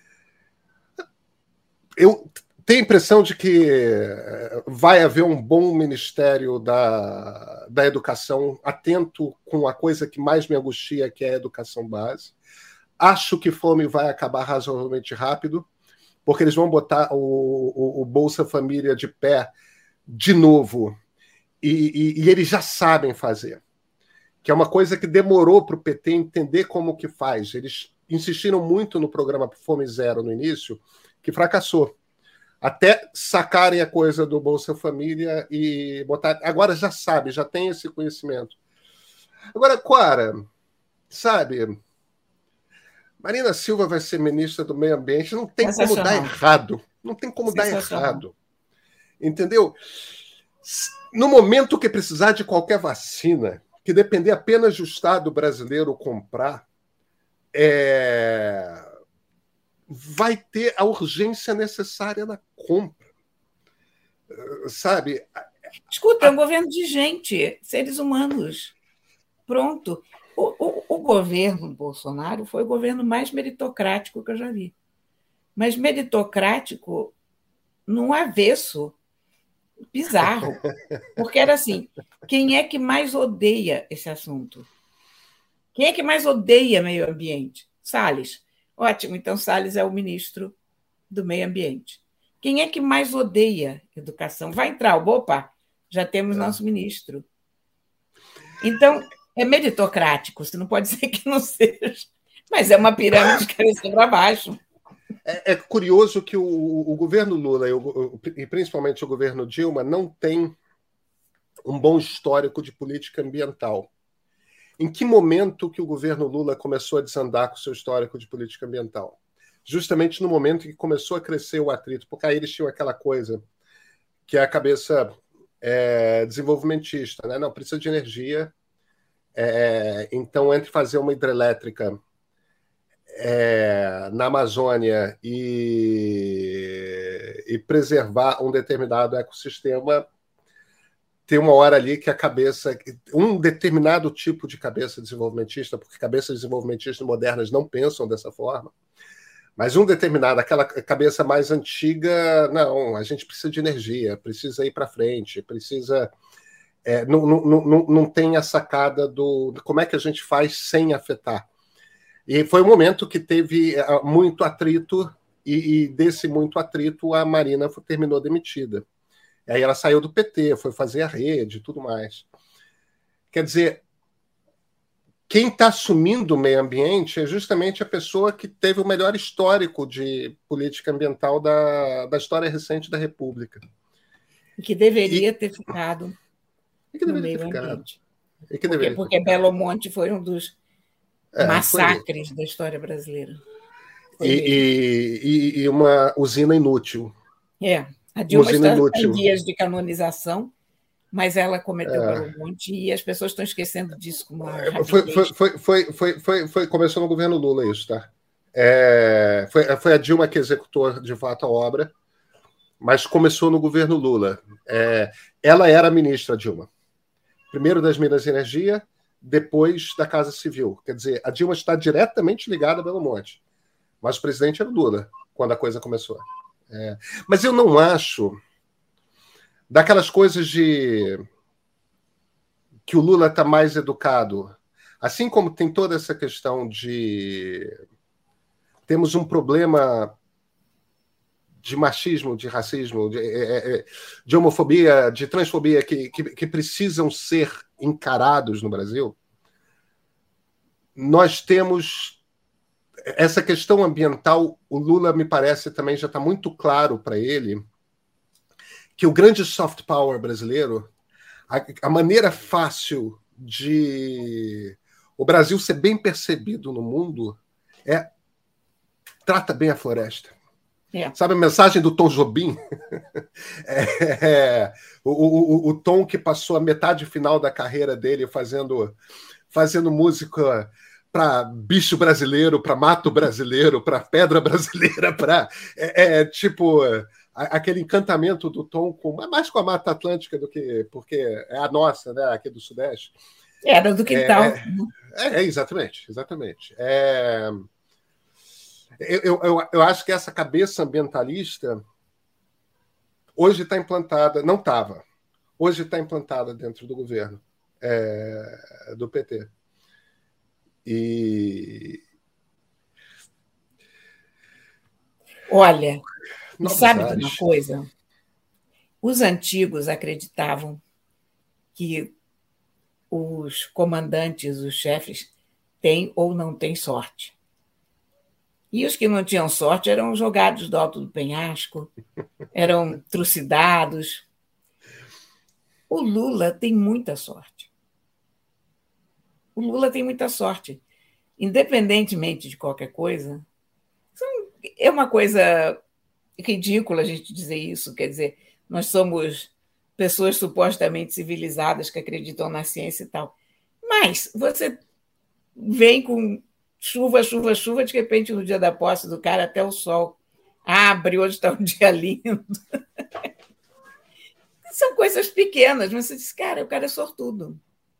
Eu tenho a impressão de que vai haver um bom Ministério da, da Educação, atento com a coisa que mais me angustia, que é a educação base. Acho que fome vai acabar razoavelmente rápido, porque eles vão botar o, o, o Bolsa Família de pé de novo, e, e, e eles já sabem fazer, que é uma coisa que demorou para o P T entender como que faz. Eles insistiram muito no programa Fome Zero no início, que fracassou, até sacarem a coisa do Bolsa Família e botar... Agora já sabe, já tem esse conhecimento. Agora, Quara, sabe, Marina Silva vai ser ministra do Meio Ambiente, não tem como dar errado. Não tem como dar errado. Entendeu? No momento que precisar de qualquer vacina, que depender apenas do Estado brasileiro comprar, é... vai ter a urgência necessária na compra. Sabe? Escuta, é um governo de gente, seres humanos. Pronto. O, o, o governo Bolsonaro foi o governo mais meritocrático que eu já vi. Mas meritocrático num avesso bizarro. Porque era assim, quem é que mais odeia esse assunto? Quem é que mais odeia meio ambiente? Salles. Ótimo, então Salles é o ministro do Meio Ambiente. Quem é que mais odeia educação? Vai entrar, opa, já temos é. nosso ministro. Então, é meritocrático, você não pode dizer que não seja, mas é uma pirâmide de cabeça para baixo. É, é curioso que o, o governo Lula e, o, e principalmente o governo Dilma não tem um bom histórico de política ambiental. Em que momento que o governo Lula começou a desandar com o seu histórico de política ambiental? Justamente no momento que começou a crescer o atrito, porque aí eles tinham aquela coisa que é a cabeça é, desenvolvimentista, né? Não, precisa de energia, é, então entre fazer uma hidrelétrica é, na Amazônia e, e preservar um determinado ecossistema, tem uma hora ali que a cabeça, um determinado tipo de cabeça desenvolvimentista, porque cabeças desenvolvimentistas modernas não pensam dessa forma, mas um determinado, aquela cabeça mais antiga, não, a gente precisa de energia, precisa ir para frente, precisa... É, não, não, não, não tem a sacada do, do como é que a gente faz sem afetar. E foi um momento que teve muito atrito, e, e desse muito atrito a Marina terminou demitida. Aí ela saiu do P T, foi fazer a rede e tudo mais. Quer dizer, quem está assumindo o meio ambiente é justamente a pessoa que teve o melhor histórico de política ambiental da, da história recente da República. E que deveria e, ter ficado e que no deveria meio ter ficado. ambiente. E que porque porque Belo Monte foi um dos é, massacres da história brasileira. E, e, e uma usina inútil. É, a Dilma está em dias de canonização, mas ela cometeu é. Belo Monte e as pessoas estão esquecendo disso com uma foi, foi, foi, foi, foi, foi, foi, começou no governo Lula isso, tá? É, foi, foi a Dilma que executou de fato a obra, mas começou no governo Lula. É, ela era a ministra, Dilma. Primeiro das Minas e Energia, depois da Casa Civil. Quer dizer, a Dilma está diretamente ligada a Belo Monte, mas o presidente era o Lula quando a coisa começou. É, mas eu não acho daquelas coisas de que o Lula está mais educado, assim como tem toda essa questão de temos um problema de machismo, de racismo, de, de homofobia, de transfobia que, que, que precisam ser encarados no Brasil. Nós temos essa questão ambiental, o Lula, me parece, também já está muito claro para ele que o grande soft power brasileiro, a, a maneira fácil de o Brasil ser bem percebido no mundo é trata bem a floresta. É. Sabe a mensagem do Tom Jobim? é, é, o, o, o Tom que passou a metade final da carreira dele fazendo, fazendo música para bicho brasileiro, para mato brasileiro, para pedra brasileira, para é, é, tipo a, aquele encantamento do Tom com mais com a Mata Atlântica do que porque é a nossa, né, aqui do Sudeste. Era do quintal. É, é, é exatamente, exatamente. É, Eu, eu, eu acho que essa cabeça ambientalista hoje está implantada, não estava, hoje está implantada dentro do governo é, do P T. E. Olha, e sabe de uma coisa? Os antigos acreditavam que os comandantes, os chefes, têm ou não têm sorte. E os que não tinham sorte eram jogados do alto do penhasco, eram trucidados. O Lula tem muita sorte. O Lula tem muita sorte. Independentemente de qualquer coisa, é uma coisa ridícula a gente dizer isso. Quer dizer, nós somos pessoas supostamente civilizadas que acreditam na ciência e tal. Mas você vem com chuva, chuva, chuva, de repente, no dia da posse do cara, até o sol abre, hoje está um dia lindo. São coisas pequenas, mas você diz, cara, o cara é sortudo.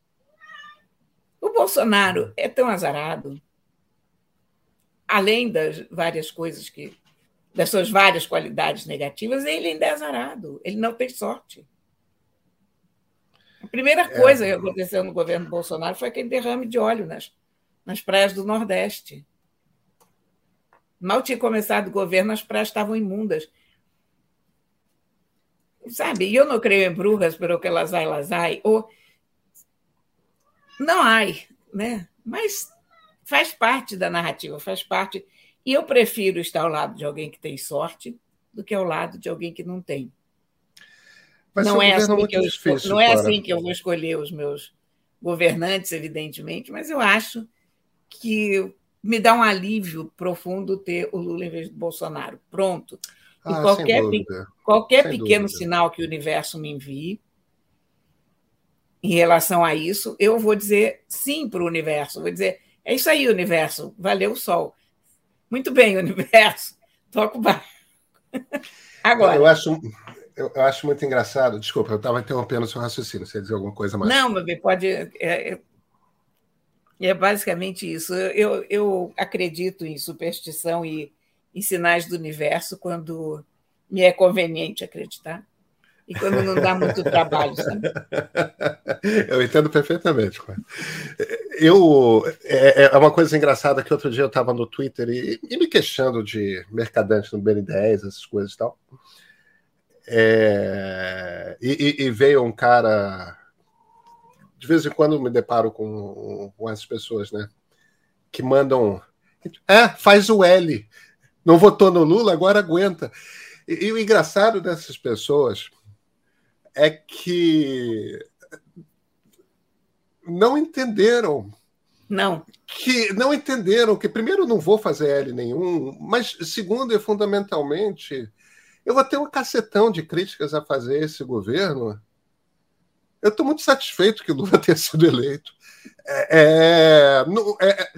O Bolsonaro é tão azarado, além das várias coisas que, das suas várias qualidades negativas, ele ainda é azarado, ele não tem sorte. A primeira coisa que aconteceu no governo Bolsonaro foi aquele derrame de óleo nas nas praias do Nordeste. Mal tinha começado o governo, as praias estavam imundas. Sabe, eu não creio em brujas, pero que las hay, las hay. Ou não há, né? Mas faz parte da narrativa, faz parte. E eu prefiro estar ao lado de alguém que tem sorte do que ao lado de alguém que não tem. Não é, assim que eu esco... não é assim que eu vou escolher os meus governantes, evidentemente, mas eu acho que me dá um alívio profundo ter o Lula em vez do Bolsonaro. Pronto. E ah, qualquer, pe... qualquer pequeno dúvida. Sinal que o universo me envie em relação a isso, eu vou dizer sim para o universo. Vou dizer, é isso aí, universo. Valeu o sol. Muito bem, universo. Toca o barco. Agora. Eu acho, eu, eu acho muito engraçado. Desculpa, eu estava interrompendo o seu raciocínio. Você ia dizer alguma coisa mais? Não, meu bem, pode... É, é basicamente isso. Eu, eu acredito em superstição e em sinais do universo quando me é conveniente acreditar e quando não dá muito trabalho, sabe? Eu entendo perfeitamente. Eu, é, é uma coisa engraçada que outro dia eu estava no Twitter e, e me queixando de mercadante no B N dez, essas coisas e tal. É, e, e veio um cara... De vez em quando eu me deparo com, com essas pessoas, né? Que mandam... É, faz o L. Não votou no Lula, agora aguenta. E, e o engraçado dessas pessoas é que não entenderam. Não. Que não entenderam que, primeiro, não vou fazer L nenhum, mas, segundo e fundamentalmente, eu vou ter um cacetão de críticas a fazer a esse governo. Eu estou muito satisfeito que o Lula tenha sido eleito. É, é, é,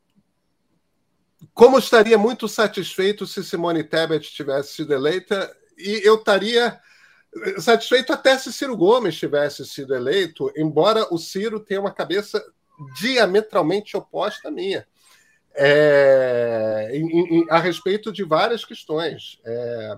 como eu estaria muito satisfeito se Simone Tebet tivesse sido eleita, e eu estaria satisfeito até se Ciro Gomes tivesse sido eleito, embora o Ciro tenha uma cabeça diametralmente oposta à minha, é, em, em, a respeito de várias questões. É,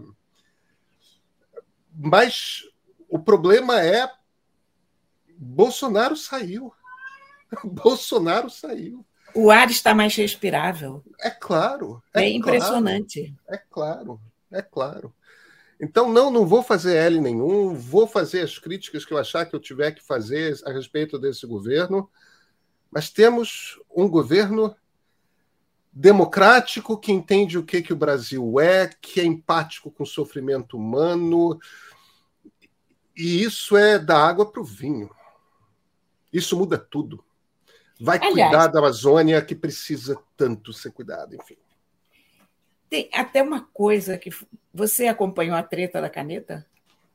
mas o problema é Bolsonaro saiu. Bolsonaro saiu. O ar está mais respirável. É claro. É, é impressionante. Claro, é claro, é claro. Então, não, não vou fazer L nenhum, vou fazer as críticas que eu achar que eu tiver que fazer a respeito desse governo, mas temos um governo democrático que entende o que, que o Brasil é, que é empático com o sofrimento humano, e isso é da água para o vinho. Isso muda tudo. vai Aliás, cuidar da Amazônia, que precisa tanto ser cuidado, enfim. Tem até uma coisa que... Você acompanhou a treta da caneta?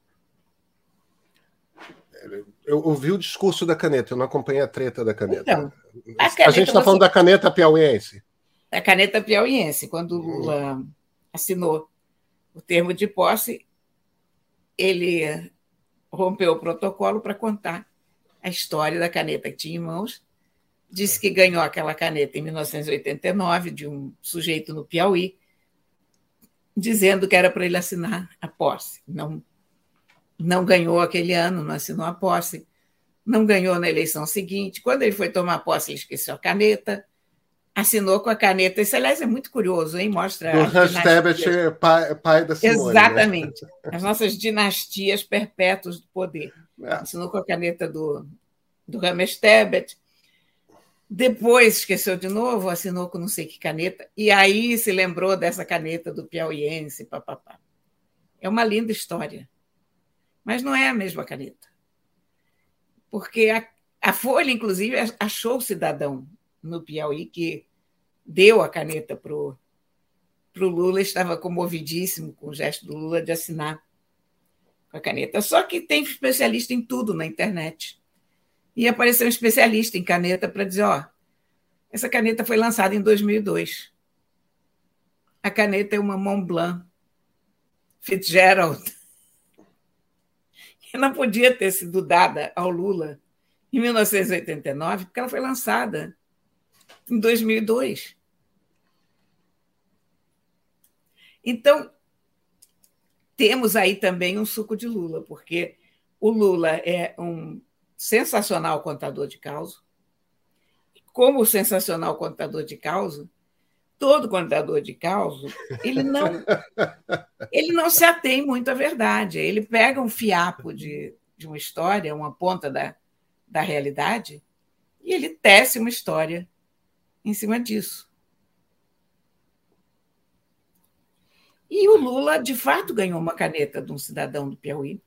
Eu ouvi o discurso da caneta, eu não acompanhei a treta da caneta. Então, a, a, a gente está falando da caneta piauiense. A caneta piauiense, quando o Lula hum. assinou o termo de posse, ele rompeu o protocolo para contar a história da caneta que tinha em mãos. Disse que ganhou aquela caneta em mil novecentos e oitenta e nove de um sujeito no Piauí, dizendo que era para ele assinar a posse. Não, não ganhou aquele ano, não assinou a posse. Não ganhou na eleição seguinte. Quando ele foi tomar posse, ele esqueceu a caneta, assinou com a caneta. Isso, aliás, é muito curioso, hein? Mostra do Hans Tebet, pai, pai da Simone. Exatamente. Né? As nossas dinastias perpétuas do poder. É. Assinou com a caneta do, do Hans Tebet. Depois esqueceu de novo, assinou com não sei que caneta, e aí se lembrou dessa caneta do piauiense, papapá. É uma linda história. Mas não é a mesma caneta. Porque a, a Folha, inclusive, achou o cidadão no Piauí que deu a caneta para o Lula, estava comovidíssimo com o gesto do Lula de assinar com a caneta. Só que tem especialista em tudo na internet. E apareceu um especialista em caneta para dizer, ó, essa caneta foi lançada em dois mil e dois. A caneta é uma Montblanc Fitzgerald, que não podia ter sido dada ao Lula em mil novecentos e oitenta e nove, porque ela foi lançada em dois mil e dois. Então, temos aí também um suco de Lula, porque o Lula é um sensacional contador de causa. Como sensacional contador de causa, todo contador de causa, ele não, ele não se atém muito à verdade. Ele pega um fiapo de, de uma história, uma ponta da, da realidade, e ele tece uma história em cima disso. E o Lula, de fato, ganhou uma caneta de um cidadão do Piauí.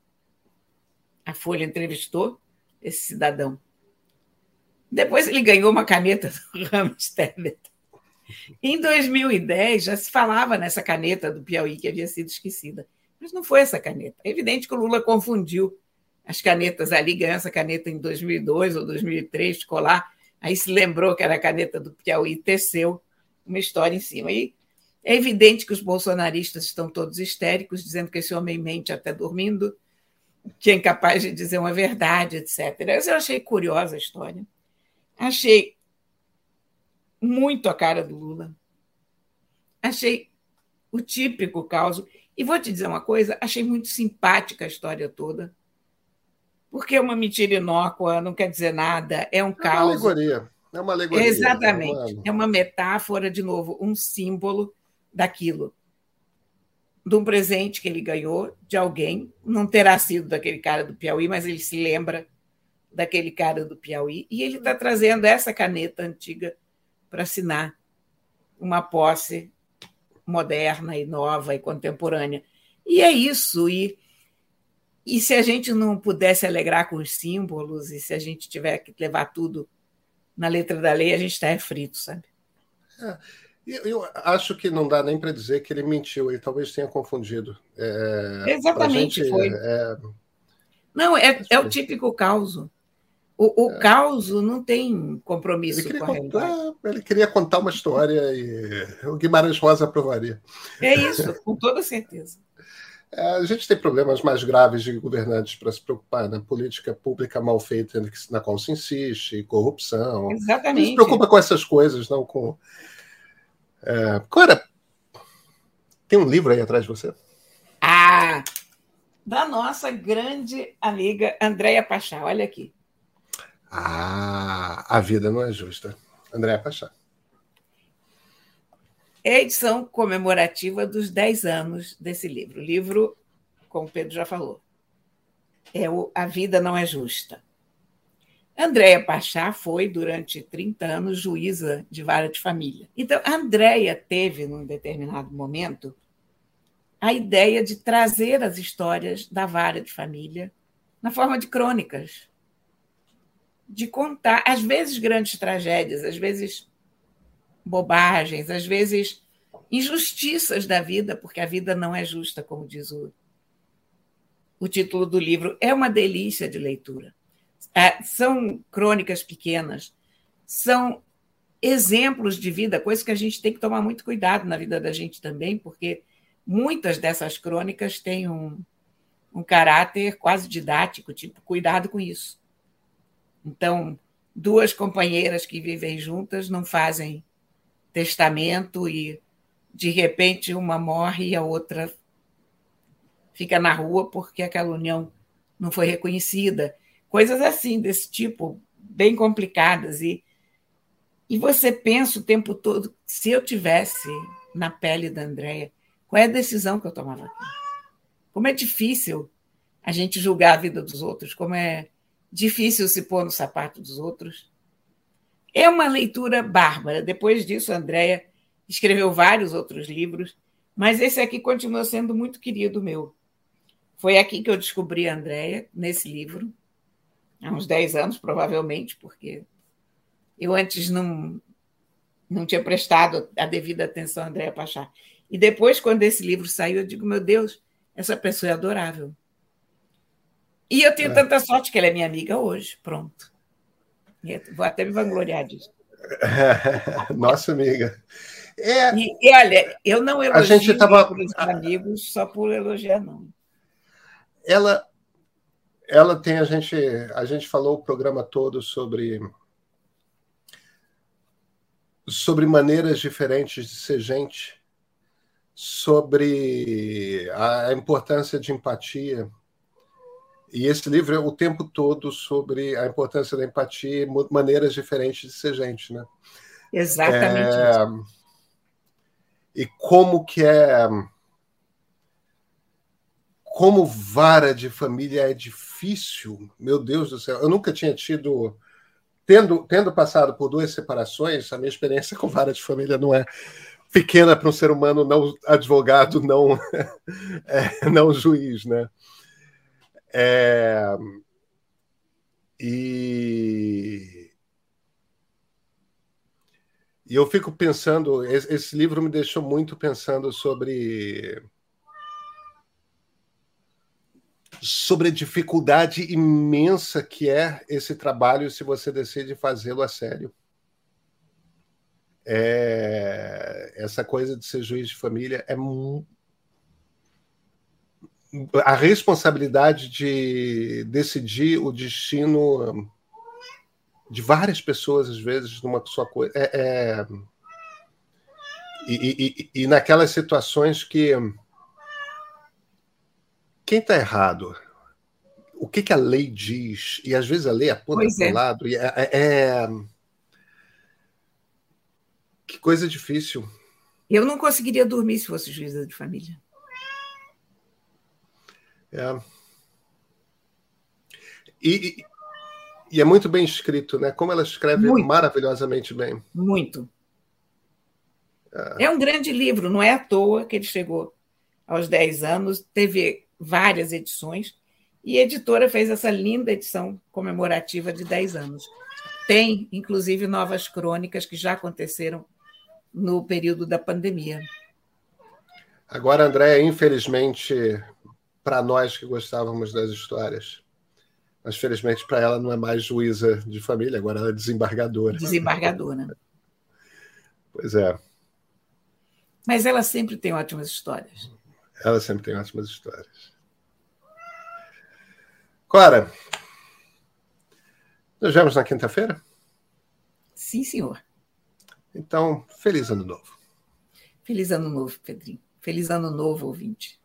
A Folha entrevistou esse cidadão. Depois ele ganhou uma caneta do Hans Tebet. Em dois mil e dez já se falava nessa caneta do Piauí que havia sido esquecida. Mas não foi essa caneta. É evidente que o Lula confundiu as canetas ali, ganhou essa caneta em dois mil e dois ou dois mil e três, escolar, aí se lembrou que era a caneta do Piauí e teceu uma história em cima. E é evidente que os bolsonaristas estão todos histéricos, dizendo que esse homem mente até dormindo, que é incapaz de dizer uma verdade, etcétera. Eu achei curiosa a história. Achei muito a cara do Lula. Achei o típico caos. E vou te dizer uma coisa, achei muito simpática a história toda, porque é uma mentira inócua, não quer dizer nada, é um caos. É uma alegoria. É uma alegoria. Exatamente. É uma... é uma metáfora, de novo, um símbolo daquilo. De um presente que ele ganhou de alguém, não terá sido daquele cara do Piauí, mas ele se lembra daquele cara do Piauí, e ele está trazendo essa caneta antiga para assinar uma posse moderna e nova e contemporânea. E é isso. E, e se a gente não pudesse alegrar com os símbolos, e se a gente tiver que levar tudo na letra da lei, a gente está frito, sabe? É. Eu acho que não dá nem para dizer que ele mentiu, ele talvez tenha confundido. É, Exatamente, gente, foi. É... Não, é, é o típico caos. O, o é. caos não tem compromisso com a contar, realidade. Ele queria contar uma história e o Guimarães Rosa aprovaria. É isso, com toda certeza. É, a gente tem problemas mais graves de governantes para se preocupar, né? Política pública mal feita na qual se insiste, corrupção. Exatamente. A gente se preocupa com essas coisas, não com... É... Cora, tem um livro aí atrás de você? Ah, da nossa grande amiga Andréia Pachá, olha aqui. Ah, A Vida Não é Justa. Andréia Pachá. É a edição comemorativa dos dez anos desse livro. O livro, como o Pedro já falou, é o A Vida Não é Justa. Andréia Pachá foi, durante trinta anos, juíza de vara de família. Então, a Andréia teve, num determinado momento, a ideia de trazer as histórias da vara de família na forma de crônicas. de contar, às vezes, grandes tragédias, às vezes bobagens, às vezes injustiças da vida, porque a vida não é justa, como diz o, o título do livro. É uma delícia de leitura. É, são crônicas pequenas, são exemplos de vida, coisa que a gente tem que tomar muito cuidado na vida da gente também, porque muitas dessas crônicas têm um, um caráter quase didático, tipo, cuidado com isso. Então, duas companheiras que vivem juntas não fazem testamento e, de repente, uma morre e a outra fica na rua porque aquela união não foi reconhecida. Coisas assim, desse tipo, bem complicadas. E, e você pensa o tempo todo, se eu tivesse na pele da Andréia, qual é a decisão que eu tomava aqui? Como é difícil a gente julgar a vida dos outros, como é difícil se pôr no sapato dos outros. É uma leitura bárbara. Depois disso, a Andréia escreveu vários outros livros, mas esse aqui continua sendo muito querido meu. Foi aqui que eu descobri a Andréia, nesse livro, há uns dez anos, provavelmente, porque eu antes não, não tinha prestado a devida atenção a Andréia Pachá. E depois, quando esse livro saiu, eu digo, meu Deus, essa pessoa é adorável. E eu tenho é. tanta sorte que ela é minha amiga hoje. Pronto. Vou até me vangloriar disso. Nossa amiga. É... E, e olha, eu não elogio a gente tava... os amigos só por elogiar, não. Ela, ela tem, a gente, a gente falou o programa todo sobre, sobre maneiras diferentes de ser gente, sobre a importância de empatia. E esse livro é o tempo todo sobre a importância da empatia e maneiras diferentes de ser gente, né? Exatamente é... isso. E como que é... Como vara de família é difícil, meu Deus do céu. Eu nunca tinha tido... Tendo, tendo passado por duas separações, a minha experiência com vara de família não é pequena para um ser humano não advogado, não, é, não juiz, né? É, e, e eu fico pensando, esse, esse livro me deixou muito pensando sobre, sobre a dificuldade imensa que é esse trabalho se você decide fazê-lo a sério. É, essa coisa de ser juiz de família é muito... A responsabilidade de decidir o destino de várias pessoas, às vezes, numa só coisa. É, é... E, e, e naquelas situações que... Quem está errado? O que, que a lei diz? E, às vezes, a lei aponta para o é. lado. E é, é... Que coisa difícil. Eu não conseguiria dormir se fosse juíza de família. É. E, e, e é muito bem escrito, né? Como ela escreve muito. Maravilhosamente bem. Muito. É. é um grande livro, não é à toa que ele chegou aos dez anos, teve várias edições, e a editora fez essa linda edição comemorativa de dez anos. Tem, inclusive, novas crônicas que já aconteceram no período da pandemia. Agora, Andréia, infelizmente... para nós que gostávamos das histórias. Mas, felizmente, para ela não é mais juíza de família, agora ela é desembargadora. Desembargadora. Pois é. Mas ela sempre tem ótimas histórias. Ela sempre tem ótimas histórias. Cora, nos vemos na quinta-feira? Sim, senhor. Então, feliz ano novo. Feliz ano novo, Pedrinho. Feliz ano novo, ouvinte.